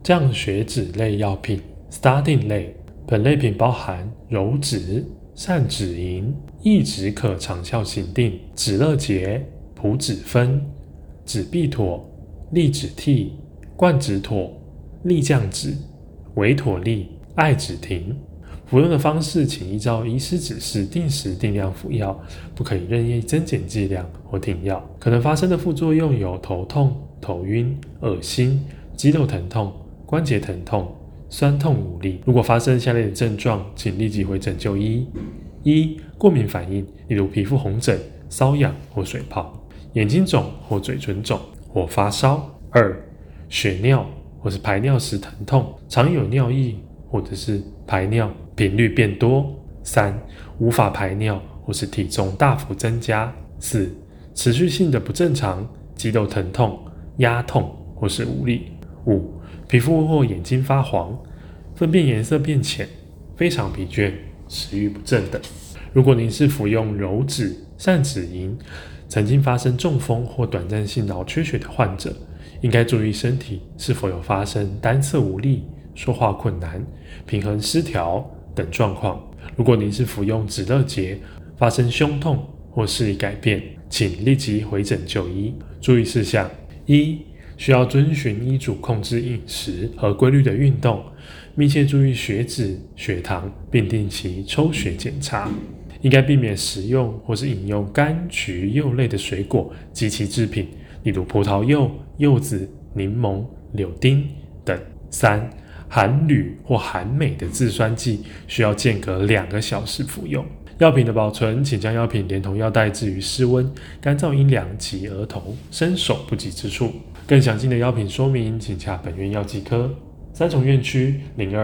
降血脂类药品 Statin 类，本类品包含柔脂、善脂银、抑止可长效型定、止乐捷、普脂酚、止必妥、利止替、冠止妥、利降脂、维妥利、艾止停。服用的方式，请依照医师指示定时定量服药，不可以任意增减剂量或停药。可能发生的副作用有头痛、头晕、恶心、肌肉疼痛、关节疼痛、酸痛无力。如果发生下列的症状，请立即回诊就医：一、过敏反应，例如皮肤红疹、瘙痒或水泡；眼睛肿或嘴唇肿或发烧；二、血尿或是排尿时疼痛，常有尿意或者是排尿频率变多；三、无法排尿或是体重大幅增加；四、持续性的不正常，肌肉疼痛、压痛或是无力；五、皮肤或眼睛发黄，粪便颜色变浅，非常疲倦，食欲不振等。如果您是服用柔脂、善脂银，曾经发生中风或短暂性脑缺血的患者，应该注意身体是否有发生单侧无力、说话困难、平衡失调等状况。如果您是服用止乐捷，发生胸痛或视力改变，请立即回诊就医。注意事项：一、需要遵循医嘱控制饮食和规律的运动，密切注意血脂、血糖，并定期抽血检查。应该避免食用或是饮用柑橘柚类的水果及其制品，例如葡萄柚、柚子、柠檬、柳丁等。三、含铝或含镁的制酸剂需要间隔2个小时服用。药品的保存，请将药品连同药袋置于室温、干燥阴凉及额头、伸手不及之处。更详尽的药品说明，请洽本院药剂科。三重院区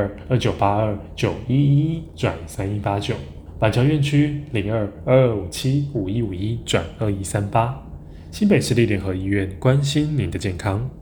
02-2982-9111-3189，板桥院区02-2257-5151-2138。新北市立联合医院，关心您的健康。